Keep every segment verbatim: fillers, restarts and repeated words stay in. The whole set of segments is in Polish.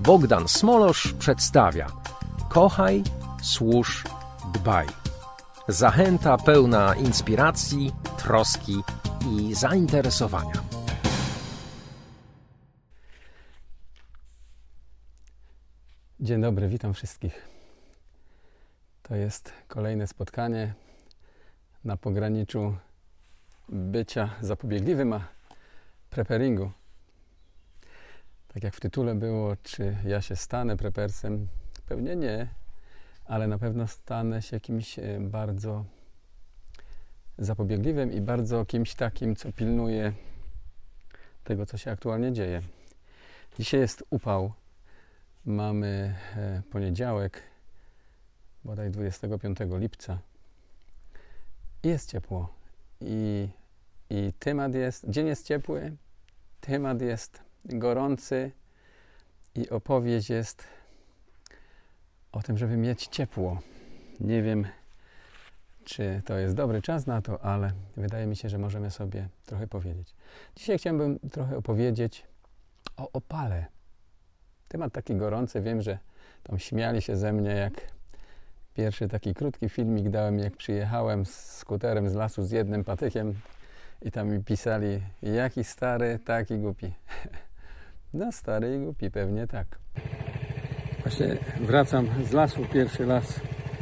Bogdan Smolosz przedstawia Kochaj, służ, dbaj. Zachęta pełna inspiracji, troski i zainteresowania. Dzień dobry, witam wszystkich. To jest kolejne spotkanie na pograniczu bycia zapobiegliwym a preparingu. Tak jak w tytule było, czy ja się stanę prepersem? Pewnie nie, ale na pewno stanę się kimś bardzo zapobiegliwym i bardzo kimś takim, co pilnuje tego, co się aktualnie dzieje. Dzisiaj jest upał. Mamy poniedziałek, bodaj dwudziestego piątego lipca. I jest ciepło. I, I temat jest, dzień jest ciepły, temat jest gorący i opowieść jest o tym, żeby mieć ciepło. Nie wiem, czy to jest dobry czas na to, ale wydaje mi się, że możemy sobie trochę powiedzieć. Dzisiaj chciałbym trochę opowiedzieć o opale. Temat taki gorący. Wiem, że tam śmiali się ze mnie, jak pierwszy taki krótki filmik dałem, jak przyjechałem z skuterem z lasu z jednym patykiem i tam mi pisali, jaki stary, taki głupi. No stary i głupi, pewnie tak. Właśnie wracam z lasu, pierwszy las,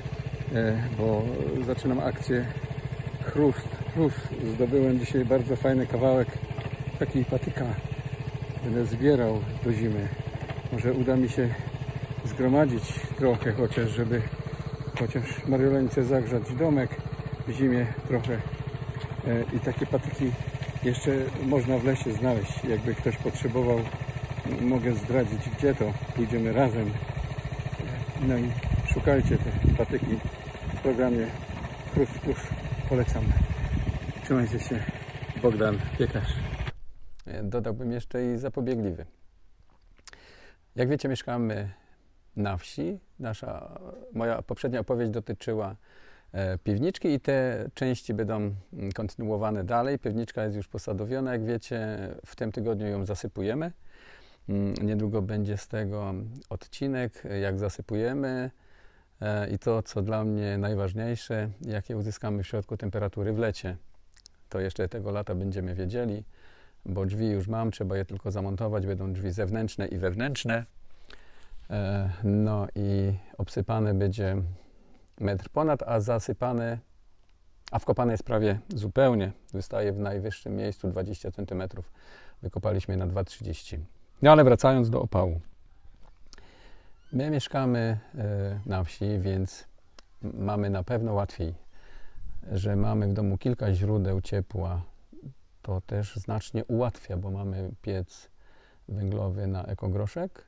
bo zaczynam akcję chrust. Chrust. Zdobyłem dzisiaj bardzo fajny kawałek takiej patyka. Będę zbierał do zimy. Może uda mi się zgromadzić trochę chociaż, żeby chociaż Mariolence zagrzać domek w zimie trochę. I takie patyki jeszcze można w lesie znaleźć. Jakby ktoś potrzebował, mogę zdradzić, gdzie to. Pójdziemy razem. No i szukajcie te patyki w programie Chrust Plus. Polecam. Trzymajcie się. Bogdan Piekarz. Dodałbym jeszcze i zapobiegliwy. Jak wiecie, mieszkamy na wsi. Nasza, moja poprzednia opowieść dotyczyła e, piwniczki i te części będą kontynuowane dalej. Piwniczka jest już posadowiona, jak wiecie. W tym tygodniu ją zasypujemy. Niedługo będzie z tego odcinek, jak zasypujemy e, i to, co dla mnie najważniejsze, jakie uzyskamy w środku temperatury w lecie. To jeszcze tego lata będziemy wiedzieli, bo drzwi już mam, trzeba je tylko zamontować, będą drzwi zewnętrzne i wewnętrzne. E, no i obsypane będzie metr ponad, a zasypane, a wkopane jest prawie zupełnie. Wystaje w najwyższym miejscu dwadzieścia centymetrów. Wykopaliśmy na dwa trzydzieści. No ale wracając do opału. My mieszkamy e, na wsi, więc mamy na pewno łatwiej, że mamy w domu kilka źródeł ciepła. To też znacznie ułatwia, bo mamy piec węglowy na ekogroszek.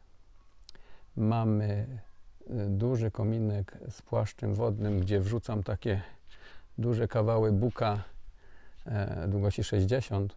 Mamy duży kominek z płaszczem wodnym, gdzie wrzucam takie duże kawały buka e, długości sześćdziesiąt.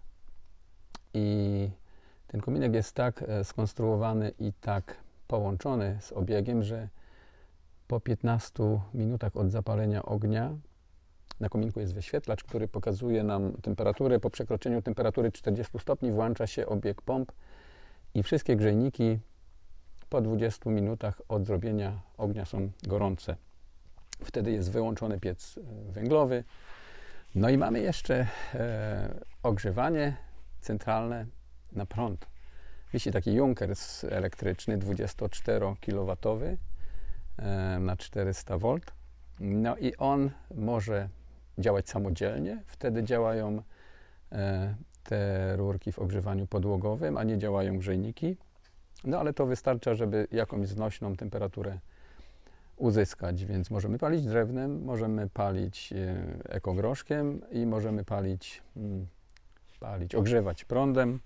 I ten kominek jest tak e, skonstruowany i tak połączony z obiegiem, że po piętnastu minutach od zapalenia ognia na kominku jest wyświetlacz, który pokazuje nam temperaturę. Po przekroczeniu temperatury czterdziestu stopni włącza się obieg pomp i wszystkie grzejniki po dwudziestu minutach od zrobienia ognia są gorące. Wtedy jest wyłączony piec węglowy. No i mamy jeszcze e, ogrzewanie centralne na prąd. Wisi taki Junkers elektryczny dwudziestoczterokilowatowy e, na czterysta wolt. No i on może działać samodzielnie. Wtedy działają e, te rurki w ogrzewaniu podłogowym, a nie działają grzejniki. No ale to wystarcza, żeby jakąś znośną temperaturę uzyskać, więc możemy palić drewnem, możemy palić e, ekogroszkiem i możemy palić, mm, palić, ogrzewać prądem.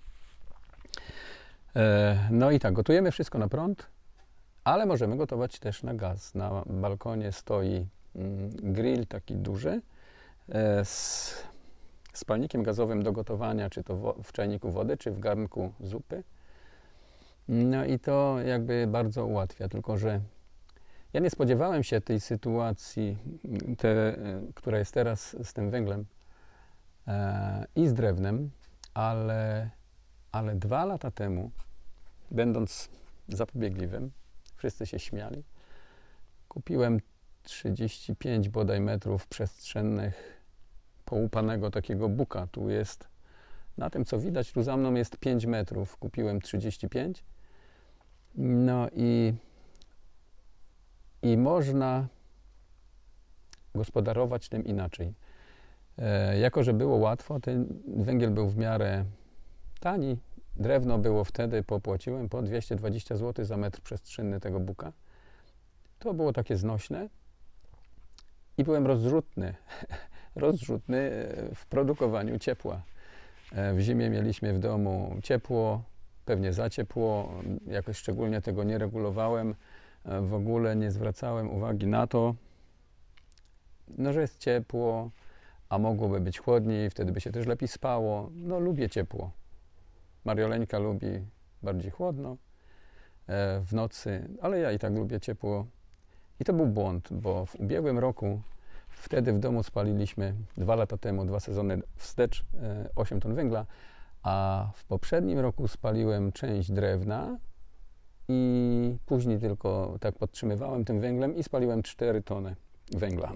E, no i tak, gotujemy wszystko na prąd, ale możemy gotować też na gaz. Na balkonie stoi mm, grill taki duży e, z spalnikiem gazowym do gotowania, czy to w, w czajniku wody, czy w garnku zupy. No i to jakby bardzo ułatwia, tylko że ja nie spodziewałem się tej sytuacji, te, która jest teraz z tym węglem e, i z drewnem, ale, ale dwa lata temu, będąc zapobiegliwym. Wszyscy się śmiali. Kupiłem trzydzieści pięć bodaj metrów przestrzennych połupanego takiego buka. Tu jest, na tym co widać, tu za mną jest pięć metrów. Kupiłem trzydzieści pięć. No i, i można gospodarować tym inaczej. E, jako, że było łatwo, ten węgiel był w miarę tani. Drewno było wtedy, popłaciłem po dwieście dwadzieścia złotych za metr przestrzenny tego buka. To było takie znośne i byłem rozrzutny, rozrzutny w produkowaniu ciepła. W zimie mieliśmy w domu ciepło, pewnie za ciepło, jakoś szczególnie tego nie regulowałem, w ogóle nie zwracałem uwagi na to, no, że jest ciepło, a mogłoby być chłodniej, wtedy by się też lepiej spało. No, lubię ciepło. Marioleńka lubi bardziej chłodno w nocy, ale ja i tak lubię ciepło. I to był błąd, bo w ubiegłym roku wtedy w domu spaliliśmy dwa lata temu, dwa sezony wstecz, osiem ton węgla, a w poprzednim roku spaliłem część drewna i później tylko tak podtrzymywałem tym węglem i spaliłem cztery tony węgla.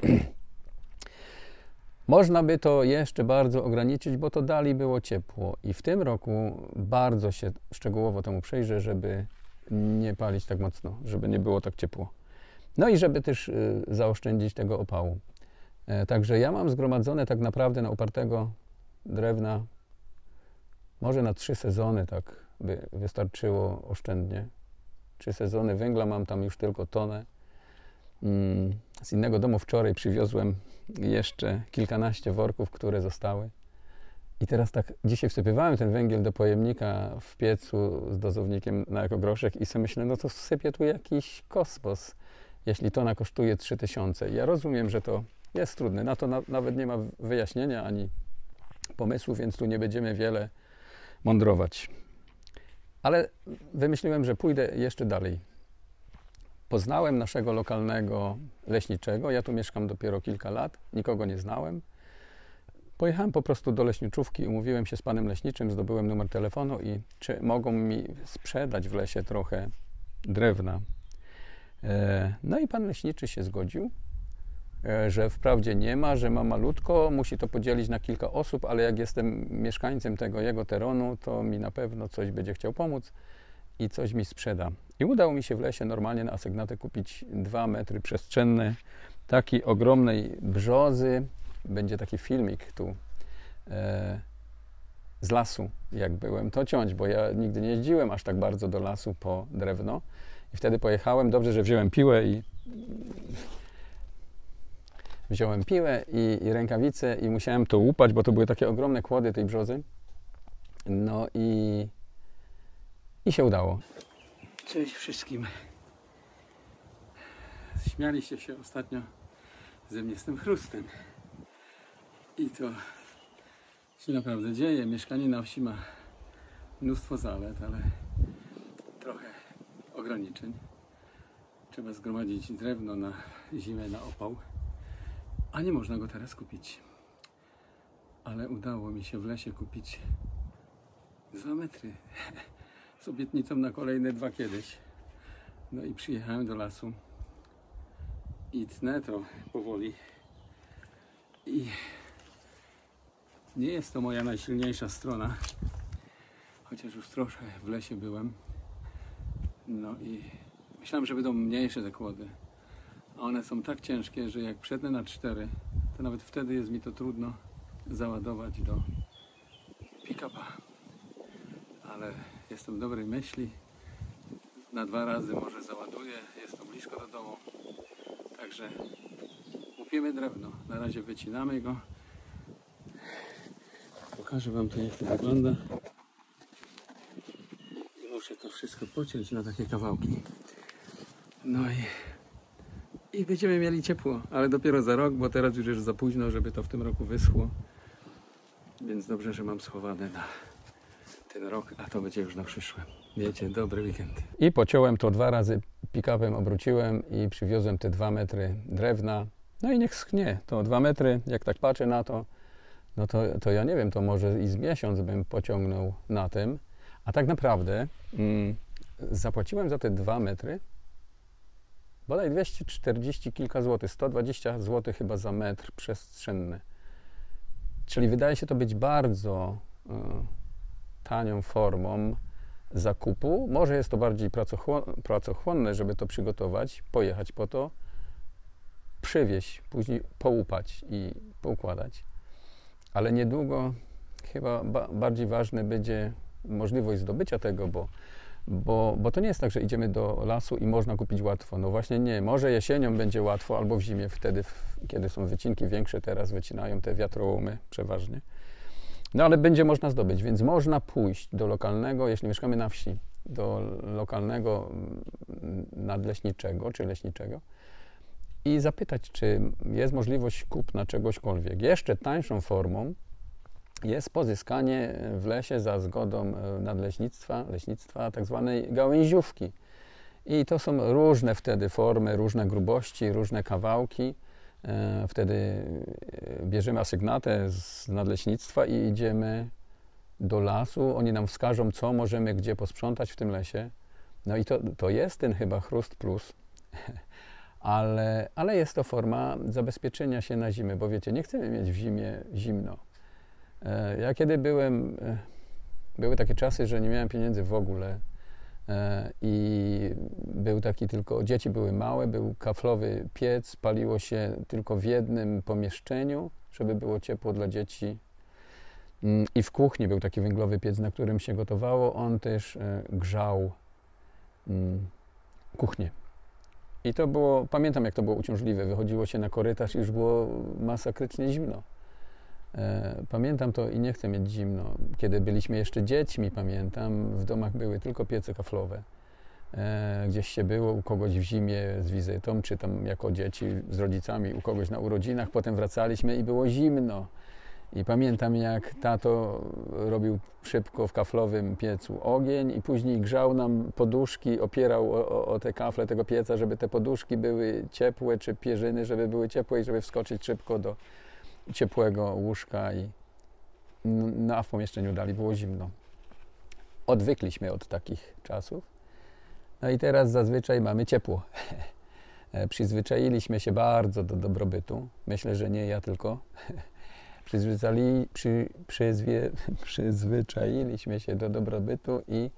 Można by to jeszcze bardzo ograniczyć, bo to dalej było ciepło i w tym roku bardzo się szczegółowo temu przyjrzę, żeby nie palić tak mocno, żeby nie było tak ciepło. No i żeby też y, zaoszczędzić tego opału. E, także ja mam zgromadzone tak naprawdę na upartego drewna może na trzy sezony tak by wystarczyło oszczędnie. Trzy sezony węgla, mam tam już tylko tonę. Mm, z innego domu wczoraj przywiozłem jeszcze kilkanaście worków, które zostały. I teraz tak, dzisiaj wsypywałem ten węgiel do pojemnika w piecu z dozownikiem na ekogroszek i sobie myślę, no to wsypię tu jakiś kosmos, jeśli tona kosztuje trzy tysiące. Ja rozumiem, że to jest trudne, na to na, nawet nie ma wyjaśnienia ani pomysłu, więc tu nie będziemy wiele mądrować. Ale wymyśliłem, że pójdę jeszcze dalej. Poznałem naszego lokalnego leśniczego, ja tu mieszkam dopiero kilka lat, nikogo nie znałem. Pojechałem po prostu do leśniczówki, umówiłem się z panem leśniczym, zdobyłem numer telefonu i czy mogą mi sprzedać w lesie trochę drewna. No i pan leśniczy się zgodził, że wprawdzie nie ma, że ma malutko, musi to podzielić na kilka osób, ale jak jestem mieszkańcem tego jego terenu, to mi na pewno coś będzie chciał pomóc i coś mi sprzeda. I udało mi się w lesie normalnie na asygnatę kupić dwa metry przestrzenne takiej ogromnej brzozy. Będzie taki filmik tu e, z lasu, jak byłem to ciąć, bo ja nigdy nie jeździłem aż tak bardzo do lasu po drewno. I wtedy pojechałem, dobrze, że wziąłem piłę i wziąłem piłę i, i rękawice i musiałem to łupać, bo to były takie ogromne kłody tej brzozy. No i, i się udało. Cześć wszystkim. Śmialiście się ostatnio ze mnie z tym chrustem. I to się naprawdę dzieje. Mieszkanie na wsi ma mnóstwo zalet, ale trochę ograniczeń. Trzeba zgromadzić drewno na zimę, na opał, a nie można go teraz kupić. Ale udało mi się w lesie kupić dwa metry z obietnicą na kolejne dwa kiedyś. No i przyjechałem do lasu i tnę to powoli. I nie jest to moja najsilniejsza strona, chociaż już troszkę w lesie byłem. No i myślałem, że będą mniejsze te kłody, a one są tak ciężkie, że jak przednę na cztery, to nawet wtedy jest mi to trudno załadować do pick-upa. Ale jestem dobrej myśli, na dwa razy może załaduję, jest to blisko do domu, także łupiemy drewno, na razie wycinamy go. Pokażę wam to, jak to wygląda. I muszę to wszystko pociąć na takie kawałki. No i, i będziemy mieli ciepło, ale dopiero za rok, bo teraz już jest za późno, żeby to w tym roku wyschło. Więc dobrze, że mam schowane na ten rok, a to będzie już na przyszły. Wiecie, dobry weekend. I pociąłem to dwa razy, pick-upem obróciłem i przywiozłem te dwa metry drewna. No i niech schnie. To dwa metry, jak tak patrzę na to, no to, to ja nie wiem, to może i z miesiąc bym pociągnął na tym. A tak naprawdę mm, zapłaciłem za te dwa metry bodaj dwieście czterdzieści kilka złotych, sto dwadzieścia złotych chyba za metr przestrzenny. Czyli wydaje się to być bardzo y, tanią formą zakupu. Może jest to bardziej pracochłonne, żeby to przygotować, pojechać po to, przywieźć, później połupać i poukładać. Ale niedługo chyba ba bardziej ważne będzie możliwość zdobycia tego, bo, bo, bo to nie jest tak, że idziemy do lasu i można kupić łatwo. No właśnie nie. Może jesienią będzie łatwo, albo w zimie, wtedy, kiedy są wycinki większe, teraz wycinają te wiatrołomy przeważnie. No ale będzie można zdobyć, więc można pójść do lokalnego, jeśli mieszkamy na wsi, do lokalnego nadleśniczego czy leśniczego i zapytać, czy jest możliwość kupna czegośkolwiek. Jeszcze tańszą formą jest pozyskanie w lesie za zgodą nadleśnictwa, leśnictwa tak zwanej gałęziówki. I to są różne wtedy formy, różne grubości, różne kawałki. Wtedy bierzemy asygnatę z nadleśnictwa i idziemy do lasu. Oni nam wskażą, co możemy gdzie posprzątać w tym lesie. No i to, to jest ten chyba chrust plus, ale, ale jest to forma zabezpieczenia się na zimę, bo wiecie, nie chcemy mieć w zimie zimno. Ja kiedy byłem, były takie czasy, że nie miałem pieniędzy w ogóle i był taki tylko, dzieci były małe, był kaflowy piec, paliło się tylko w jednym pomieszczeniu, żeby było ciepło dla dzieci. I w kuchni był taki węglowy piec, na którym się gotowało. On też grzał kuchnię. I to było, pamiętam jak to było uciążliwe, wychodziło się na korytarz i już było masakrycznie zimno. Pamiętam to i nie chcę mieć zimno. Kiedy byliśmy jeszcze dziećmi, pamiętam, w domach były tylko piece kaflowe. Gdzieś się było u kogoś w zimie z wizytą, czy tam jako dzieci z rodzicami u kogoś na urodzinach, potem wracaliśmy i było zimno. I pamiętam jak tato robił szybko w kaflowym piecu ogień i później grzał nam poduszki, opierał o, o, o te kafle tego pieca, żeby te poduszki były ciepłe, czy pierzyny, żeby były ciepłe i żeby wskoczyć szybko do ciepłego łóżka i no, a w pomieszczeniu dalej było zimno. Odwykliśmy od takich czasów. No i teraz zazwyczaj mamy ciepło. Przyzwyczailiśmy się bardzo do dobrobytu. Myślę, że nie ja tylko. Przyzwyczaili, przy, przyzwie, przyzwyczailiśmy się do dobrobytu i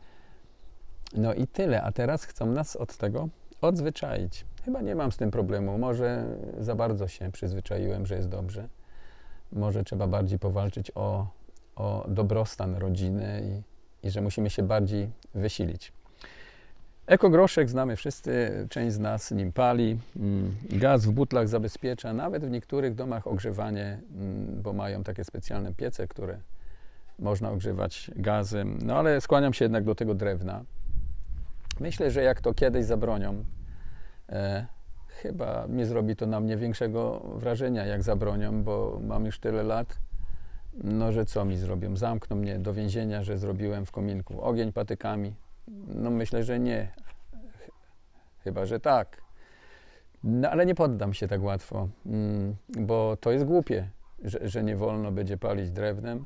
no i tyle. A teraz chcą nas od tego odzwyczaić. Chyba nie mam z tym problemu. Może za bardzo się przyzwyczaiłem, że jest dobrze. Może trzeba bardziej powalczyć o, o dobrostan rodziny i, i że musimy się bardziej wysilić. Ekogroszek znamy wszyscy, część z nas nim pali. Gaz w butlach zabezpiecza, nawet w niektórych domach ogrzewanie, bo mają takie specjalne piece, które można ogrzewać gazem. No ale skłaniam się jednak do tego drewna. Myślę, że jak to kiedyś zabronią, e, chyba nie zrobi to na mnie większego wrażenia, jak zabronią, bo mam już tyle lat, no że co mi zrobią? Zamkną mnie do więzienia, że zrobiłem w kominku ogień patykami. No myślę, że nie. Chyba, że tak. No ale nie poddam się tak łatwo, bo to jest głupie, że, że nie wolno będzie palić drewnem,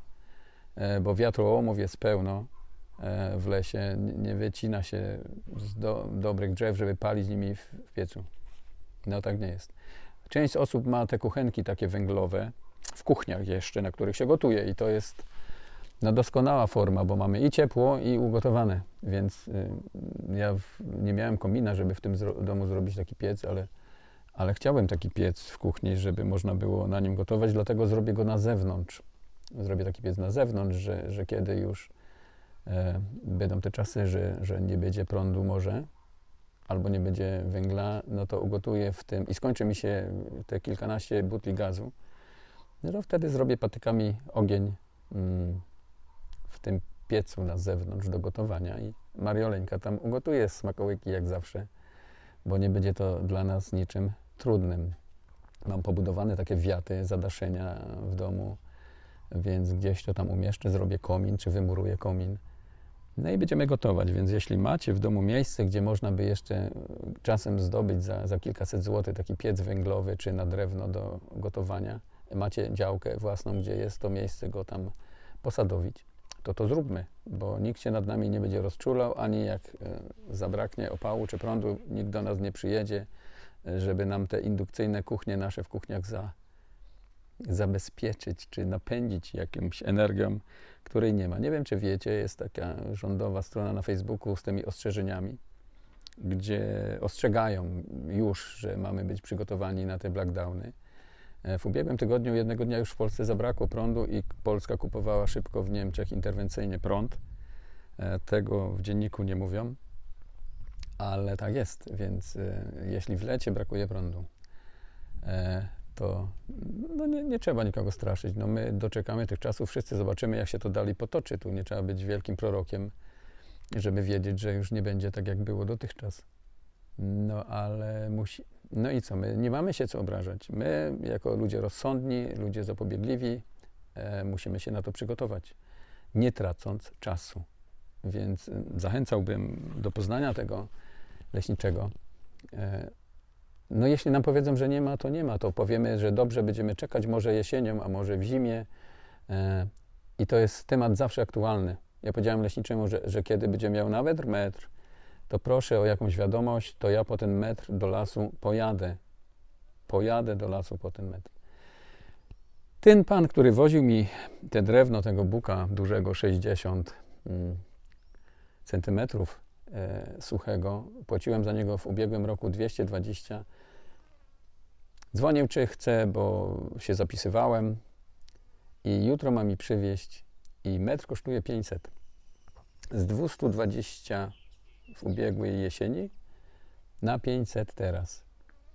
bo wiatrołomów jest pełno w lesie. Nie wycina się z do, dobrych drzew, żeby palić nimi w, w piecu. No tak nie jest. Część osób ma te kuchenki takie węglowe w kuchniach jeszcze, na których się gotuje i to jest no, doskonała forma, bo mamy i ciepło, i ugotowane, więc y, ja w, nie miałem komina, żeby w tym zro- domu zrobić taki piec, ale, ale chciałem taki piec w kuchni, żeby można było na nim gotować, dlatego zrobię go na zewnątrz. Zrobię taki piec na zewnątrz, że, że kiedy już e, będą te czasy, że, że nie będzie prądu może, albo nie będzie węgla, no to ugotuję w tym i skończy mi się te kilkanaście butli gazu, no to wtedy zrobię patykami ogień mm, w tym piecu na zewnątrz do gotowania i Marioleńka tam ugotuje smakołyki jak zawsze, bo nie będzie to dla nas niczym trudnym. Mam pobudowane takie wiaty, zadaszenia w domu, więc gdzieś to tam umieszczę, zrobię komin, czy wymuruję komin. No i będziemy gotować, więc jeśli macie w domu miejsce, gdzie można by jeszcze czasem zdobyć za, za kilkaset złotych taki piec węglowy, czy na drewno do gotowania, macie działkę własną, gdzie jest to miejsce go tam posadowić, to to zróbmy, bo nikt się nad nami nie będzie rozczulał, ani jak e, zabraknie opału czy prądu, nikt do nas nie przyjedzie, żeby nam te indukcyjne kuchnie nasze w kuchniach za, zabezpieczyć, czy napędzić jakąś energią, której nie ma. Nie wiem, czy wiecie, jest taka rządowa strona na Facebooku z tymi ostrzeżeniami, gdzie ostrzegają już, że mamy być przygotowani na te blackdowny. W ubiegłym tygodniu jednego dnia już w Polsce zabrakło prądu i Polska kupowała szybko w Niemczech interwencyjnie prąd. Tego w dzienniku nie mówią, ale tak jest, więc jeśli w lecie brakuje prądu, to no nie, nie trzeba nikogo straszyć. No my doczekamy tych czasów, wszyscy zobaczymy, jak się to dalej potoczy. Tu nie trzeba być wielkim prorokiem, żeby wiedzieć, że już nie będzie tak, jak było dotychczas. No ale musi... No i co? My nie mamy się co obrażać. My, jako ludzie rozsądni, ludzie zapobiegliwi, e, musimy się na to przygotować, nie tracąc czasu. Więc zachęcałbym do poznania tego leśniczego. E, no jeśli nam powiedzą, że nie ma, to nie ma. To powiemy, że dobrze, będziemy czekać może jesienią, a może w zimie. E, I to jest temat zawsze aktualny. Ja powiedziałem leśniczemu, że, że kiedy będzie miał nawet metr, to proszę o jakąś wiadomość, to ja po ten metr do lasu pojadę. Pojadę do lasu po ten metr. Ten pan, który woził mi te drewno tego buka dużego, sześćdziesiąt centymetrów e, suchego, płaciłem za niego w ubiegłym roku dwieście dwadzieścia. Dzwonił, czy chce, bo się zapisywałem i jutro ma mi przywieźć i metr kosztuje pięćset. Z dwieście dwadzieścia w ubiegłej jesieni na pięćset teraz.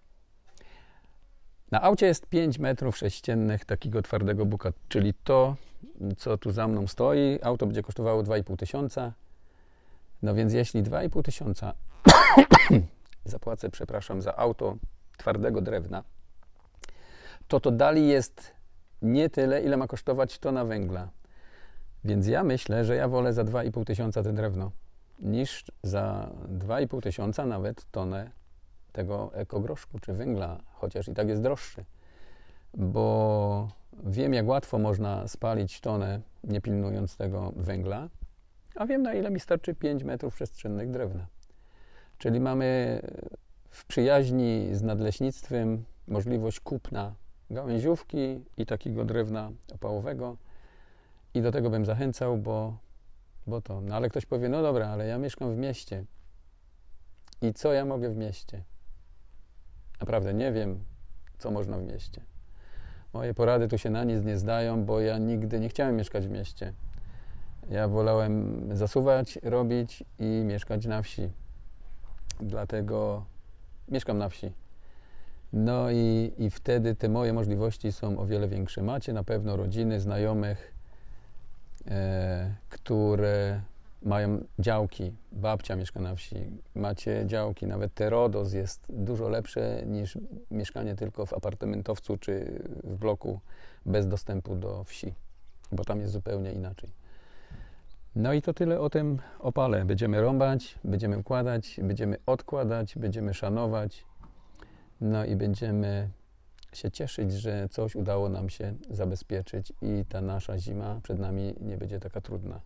Na aucie jest pięć metrów sześciennych takiego twardego buka, czyli to, co tu za mną stoi. Auto będzie kosztowało dwa i pół tysiąca. No więc jeśli dwa i pół tysiąca zapłacę, przepraszam, za auto twardego drewna, to to dalej jest nie tyle, ile ma kosztować tona węgla. Więc ja myślę, że ja wolę za dwa i pół tysiąca te drewno, niż za dwa i pół tysiąca nawet tonę tego ekogroszku czy węgla, chociaż i tak jest droższy. Bo wiem, jak łatwo można spalić tonę, nie pilnując tego węgla, a wiem, na ile mi starczy pięć metrów przestrzennych drewna. Czyli mamy w przyjaźni z nadleśnictwem możliwość kupna gałęziówki i takiego drewna opałowego. I do tego bym zachęcał, bo, bo to... No ale ktoś powie, no dobra, ale ja mieszkam w mieście. I co ja mogę w mieście? Naprawdę nie wiem, co można w mieście. Moje porady tu się na nic nie zdają, bo ja nigdy nie chciałem mieszkać w mieście. Ja wolałem zasuwać, robić i mieszkać na wsi. Dlatego mieszkam na wsi. No i, i wtedy te moje możliwości są o wiele większe. Macie na pewno rodziny, znajomych, e, które mają działki. Babcia mieszka na wsi. Macie działki. Nawet te RODOS jest dużo lepsze niż mieszkanie tylko w apartamentowcu czy w bloku bez dostępu do wsi, bo tam jest zupełnie inaczej. No i to tyle o tym opale. Będziemy rąbać, będziemy układać, będziemy odkładać, będziemy szanować. No i będziemy się cieszyć, że coś udało nam się zabezpieczyć i ta nasza zima przed nami nie będzie taka trudna.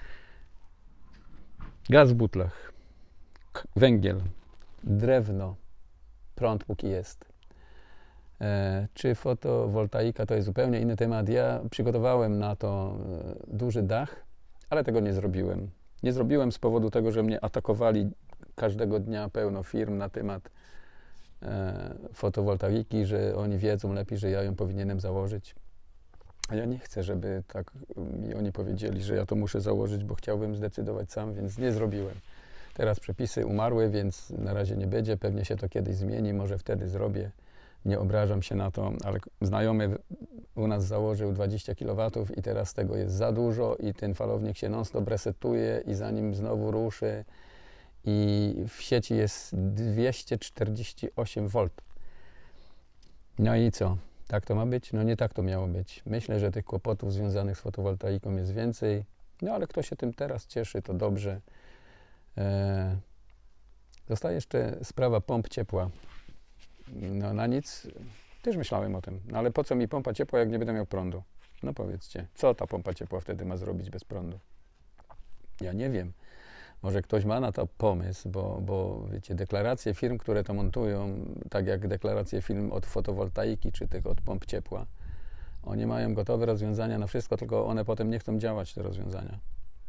Gaz w butlach, węgiel, drewno, prąd póki jest. E, czy fotowoltaika to jest zupełnie inny temat. Ja przygotowałem na to e, duży dach, ale tego nie zrobiłem. Nie zrobiłem z powodu tego, że mnie atakowali każdego dnia pełno firm na temat e, fotowoltaiki, że oni wiedzą lepiej, że ja ją powinienem założyć. A ja nie chcę, żeby tak mi oni powiedzieli, że ja to muszę założyć, bo chciałbym zdecydować sam, więc nie zrobiłem. Teraz przepisy umarły, więc na razie nie będzie. Pewnie się to kiedyś zmieni, może wtedy zrobię. Nie obrażam się na to, ale znajomy u nas założył dwadzieścia kilowatów i teraz tego jest za dużo i ten falownik się non-stop resetuje i zanim znowu ruszy i w sieci jest dwieście czterdzieści osiem wolt. No i co? Tak to ma być? No nie tak to miało być. Myślę, że tych kłopotów związanych z fotowoltaiką jest więcej, no ale kto się tym teraz cieszy, to dobrze. Eee, zostaje jeszcze sprawa pomp ciepła. No na nic, też myślałem o tym, no ale po co mi pompa ciepła, jak nie będę miał prądu? No powiedzcie, co ta pompa ciepła wtedy ma zrobić bez prądu? Ja nie wiem. Może ktoś ma na to pomysł, bo, bo wiecie, deklaracje firm, które to montują, tak jak deklaracje firm od fotowoltaiki czy tych od pomp ciepła, oni mają gotowe rozwiązania na wszystko, tylko one potem nie chcą działać, te rozwiązania.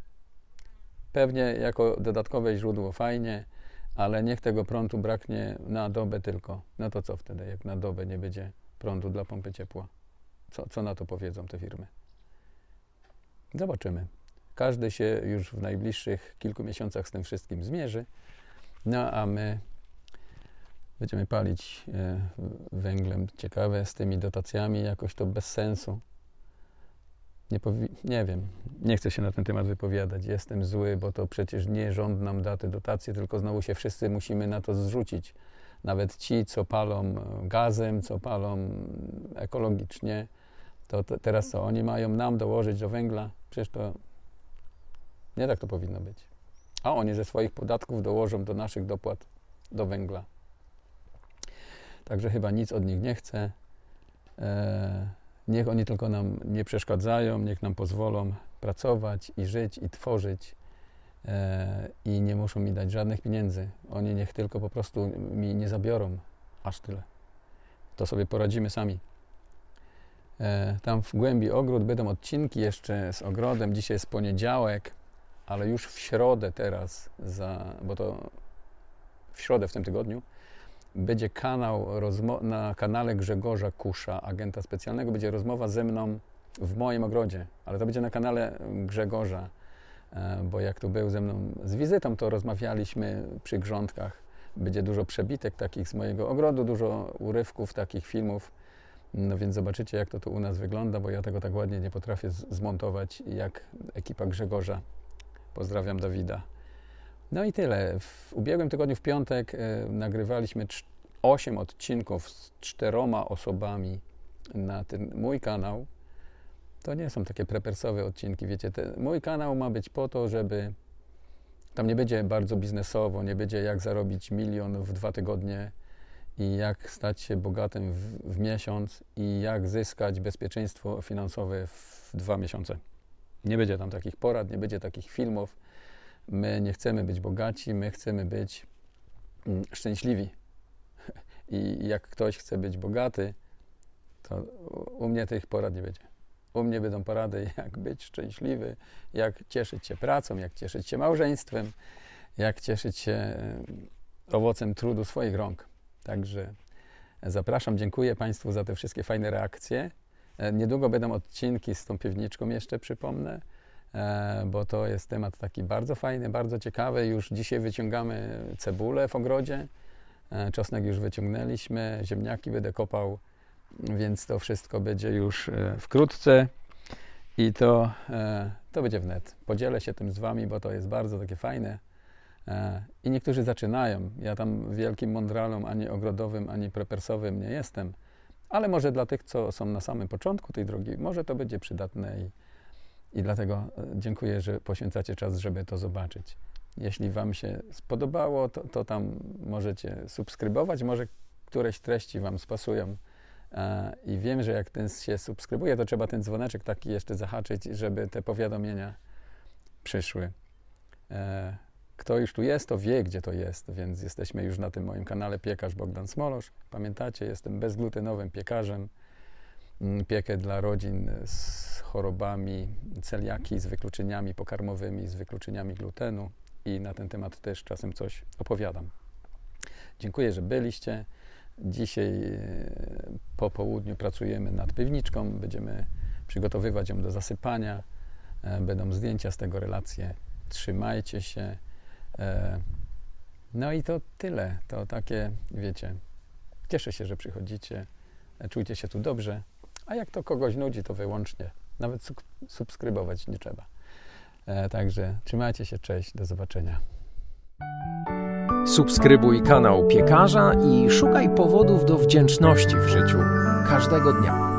Pewnie jako dodatkowe źródło fajnie, ale niech tego prądu braknie na dobę tylko. No to co wtedy, jak na dobę nie będzie prądu dla pompy ciepła? Co, co na to powiedzą te firmy? Zobaczymy. Każdy się już w najbliższych kilku miesiącach z tym wszystkim zmierzy, no a my będziemy palić e, węglem. Ciekawe, z tymi dotacjami jakoś to bez sensu. Nie, nie wiem, nie chcę się na ten temat wypowiadać. Jestem zły, bo to przecież nie rząd nam da te dotacje, tylko znowu się wszyscy musimy na to zrzucić. Nawet ci, co palą gazem, co palą ekologicznie, to, to teraz co, oni mają nam dołożyć do węgla? Przecież to nie tak to powinno być. A oni ze swoich podatków dołożą do naszych dopłat do węgla. Także chyba nic od nich nie chcę. Eee, niech oni tylko nam nie przeszkadzają, niech nam pozwolą pracować i żyć i tworzyć. Eee, I nie muszą mi dać żadnych pieniędzy. Oni niech tylko po prostu mi nie zabiorą aż tyle. To sobie poradzimy sami. Eee, tam w głębi ogród będą odcinki jeszcze z ogrodem. Dzisiaj jest poniedziałek, ale już w środę teraz, za, bo to w środę w tym tygodniu, będzie kanał na kanale Grzegorza Kusza, agenta specjalnego, będzie rozmowa ze mną w moim ogrodzie, ale to będzie na kanale Grzegorza, bo jak tu był ze mną z wizytą, to rozmawialiśmy przy grządkach. Będzie dużo przebitek takich z mojego ogrodu, dużo urywków takich filmów, no więc zobaczycie, jak to tu u nas wygląda, bo ja tego tak ładnie nie potrafię zmontować jak ekipa Grzegorza. Pozdrawiam Dawida. No i tyle. W ubiegłym tygodniu, w piątek, y, nagrywaliśmy osiem odcinków z czteroma osobami na ten mój kanał. To nie są takie prepersowe odcinki, wiecie. Te, mój kanał ma być po to, żeby tam nie będzie bardzo biznesowo, nie będzie jak zarobić milion w dwa tygodnie i jak stać się bogatym w, w miesiąc i jak zyskać bezpieczeństwo finansowe w dwa miesiące. Nie będzie tam takich porad, nie będzie takich filmów. My nie chcemy być bogaci, my chcemy być mm, szczęśliwi. I jak ktoś chce być bogaty, to u, u mnie tych porad nie będzie. U mnie będą porady, jak być szczęśliwy, jak cieszyć się pracą, jak cieszyć się małżeństwem, jak cieszyć się owocem trudu swoich rąk. Także zapraszam, dziękuję Państwu za te wszystkie fajne reakcje. Niedługo będą odcinki z tą piwniczką, jeszcze przypomnę, bo to jest temat taki bardzo fajny, bardzo ciekawy. Już dzisiaj wyciągamy cebulę w ogrodzie, czosnek już wyciągnęliśmy, ziemniaki będę kopał, więc to wszystko będzie już wkrótce i to, to będzie wnet. Podzielę się tym z Wami, bo to jest bardzo takie fajne i niektórzy zaczynają. Ja tam wielkim mądralem ani ogrodowym, ani prepersowym nie jestem, ale może dla tych, co są na samym początku tej drogi, może to będzie przydatne i, i dlatego dziękuję, że poświęcacie czas, żeby to zobaczyć. Jeśli Wam się spodobało, to, to tam możecie subskrybować, może któreś treści Wam spasują e, i wiem, że jak ten się subskrybuje, to trzeba ten dzwoneczek taki jeszcze zahaczyć, żeby te powiadomienia przyszły. E, Kto już tu jest, to wie, gdzie to jest, więc jesteśmy już na tym moim kanale Piekarz Bogdan Smolosz. Pamiętacie, jestem bezglutenowym piekarzem. Piekę dla rodzin z chorobami celiaki, z wykluczeniami pokarmowymi, z wykluczeniami glutenu i na ten temat też czasem coś opowiadam. Dziękuję, że byliście. Dzisiaj po południu pracujemy nad piwniczką, będziemy przygotowywać ją do zasypania. Będą zdjęcia z tego, relacje. Trzymajcie się. No i to tyle. To takie, wiecie, cieszę się, że przychodzicie. Czujcie się tu dobrze. A jak to kogoś nudzi, to wyłącznie. Nawet subskrybować nie trzeba. Także trzymajcie się, cześć, do zobaczenia. Subskrybuj kanał Piekarza i szukaj powodów do wdzięczności w życiu każdego dnia.